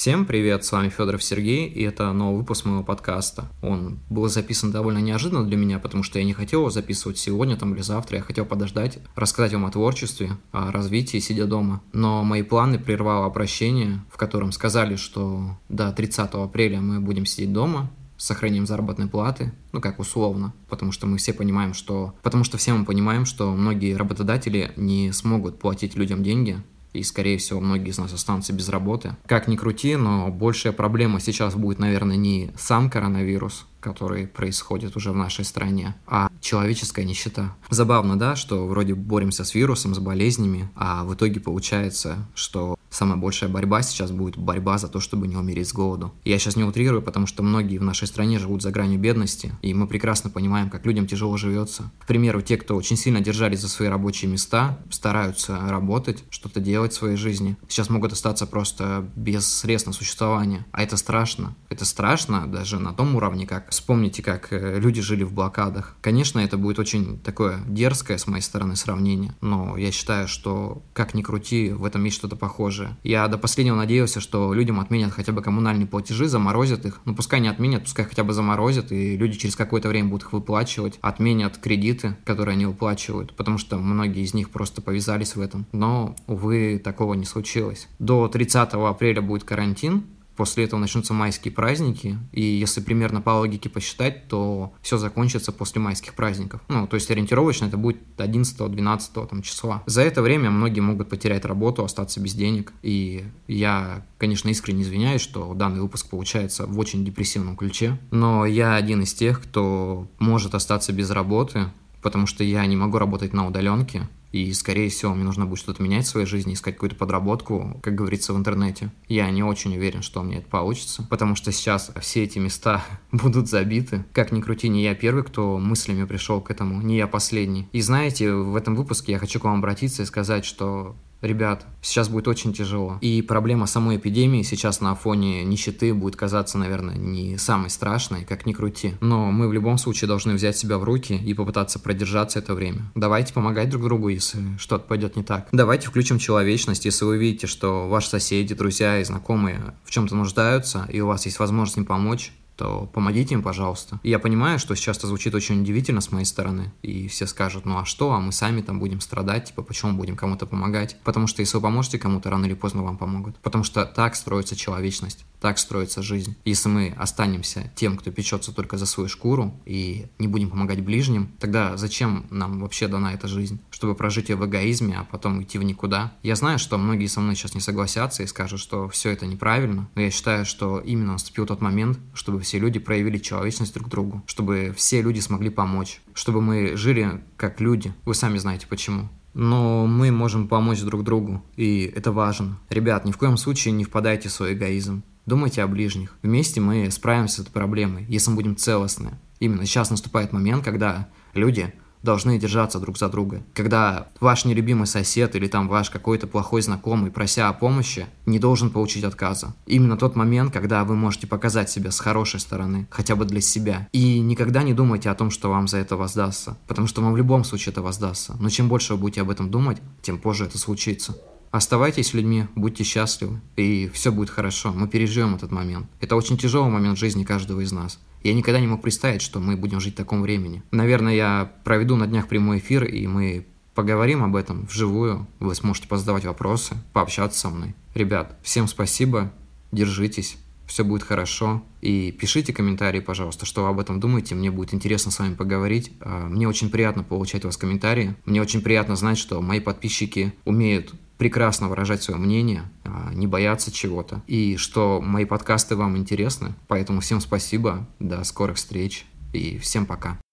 Всем привет, с вами Федоров Сергей, и это новый выпуск моего подкаста. Он был записан довольно неожиданно для меня, потому что я не хотел его записывать сегодня или завтра, я хотел подождать, рассказать вам о творчестве, о развитии, сидя дома. Но мои планы прервало обращение, в котором сказали, что до 30 апреля мы будем сидеть дома, с сохранением заработной платы, как условно, потому что все мы понимаем, что многие работодатели не смогут платить людям деньги, и, скорее всего, многие из нас останутся без работы. Как ни крути, но большая проблема сейчас будет, наверное, не сам коронавирус, который происходит уже в нашей стране, а человеческая нищета. Забавно, да, что вроде боремся с вирусом, с болезнями, а в итоге получается, что самая большая борьба сейчас будет борьба за то, чтобы не умереть с голоду. Я сейчас не утрирую, потому что многие в нашей стране живут за гранью бедности, и мы прекрасно понимаем, как людям тяжело живется. К примеру, те, кто очень сильно держались за свои рабочие места, стараются работать, что-то делать в своей жизни, сейчас могут остаться просто без средств на существование. А это страшно. Это страшно даже на том уровне, как вспомните, как люди жили в блокадах. Конечно, это будет очень такое дерзкое с моей стороны сравнение, но я считаю, что как ни крути, в этом есть что-то похожее. Я до последнего надеялся, что людям отменят хотя бы коммунальные платежи, заморозят их. Пускай не отменят, пускай хотя бы заморозят, и люди через какое-то время будут их выплачивать. Отменят кредиты, которые они выплачивают, потому что многие из них просто повязались в этом. Но, увы, такого не случилось. До 30 апреля будет карантин. После этого начнутся майские праздники, и если примерно по логике посчитать, то все закончится после майских праздников. То есть ориентировочно это будет 11-12 числа. За это время многие могут потерять работу, остаться без денег, и я, конечно, искренне извиняюсь, что данный выпуск получается в очень депрессивном ключе, но я один из тех, кто может остаться без работы, потому что я не могу работать на удаленке. И, скорее всего, мне нужно будет что-то менять в своей жизни, искать какую-то подработку, как говорится, в интернете. Я не очень уверен, что у меня это получится, потому что сейчас все эти места будут забиты. Как ни крути, не я первый, кто мыслями пришел к этому, не я последний. И знаете, в этом выпуске я хочу к вам обратиться и сказать, что... Ребят, сейчас будет очень тяжело. И проблема самой эпидемии сейчас на фоне нищеты будет казаться, наверное, не самой страшной, как ни крути. Но мы в любом случае должны взять себя в руки и попытаться продержаться это время. Давайте помогать друг другу, если что-то пойдет не так. Давайте включим человечность, если вы видите, что ваши соседи, друзья и знакомые в чем-то нуждаются, и у вас есть возможность им помочь, то помогите им, пожалуйста. И я понимаю, что сейчас это звучит очень удивительно с моей стороны, и все скажут, а что, а мы сами будем страдать, почему будем кому-то помогать? Потому что если вы поможете кому-то, рано или поздно вам помогут. Потому что так строится человечность, так строится жизнь. Если мы останемся тем, кто печется только за свою шкуру, и не будем помогать ближним, тогда зачем нам вообще дана эта жизнь? Чтобы прожить ее в эгоизме, а потом идти в никуда? Я знаю, что многие со мной сейчас не согласятся и скажут, что все это неправильно, но я считаю, что именно наступил тот момент, чтобы все люди проявили человечность друг к другу, чтобы все люди смогли помочь, чтобы мы жили как люди. Вы сами знаете почему. Но мы можем помочь друг другу, и это важно. Ребят, ни в коем случае не впадайте в свой эгоизм. Думайте о ближних. Вместе мы справимся с этой проблемой, если мы будем целостны. Именно сейчас наступает момент, когда люди должны держаться друг за друга. Когда ваш нелюбимый сосед или ваш какой-то плохой знакомый, прося о помощи, не должен получить отказа. Именно тот момент, когда вы можете показать себя с хорошей стороны, хотя бы для себя. И никогда не думайте о том, что вам за это воздастся, потому что вам в любом случае это воздастся. Но чем больше вы будете об этом думать, тем позже это случится. Оставайтесь людьми, будьте счастливы, и все будет хорошо, мы переживем этот момент. Это очень тяжелый момент в жизни каждого из нас. Я никогда не мог представить, что мы будем жить в таком времени. Наверное, я проведу на днях прямой эфир, и мы поговорим об этом вживую. Вы сможете позадавать вопросы, пообщаться со мной. Ребят, всем спасибо, держитесь, все будет хорошо. И пишите комментарии, пожалуйста, что вы об этом думаете. Мне будет интересно с вами поговорить. Мне очень приятно получать у вас комментарии. Мне очень приятно знать, что мои подписчики умеют прекрасно выражать свое мнение, не бояться чего-то, и что мои подкасты вам интересны. Поэтому всем спасибо, до скорых встреч и всем пока.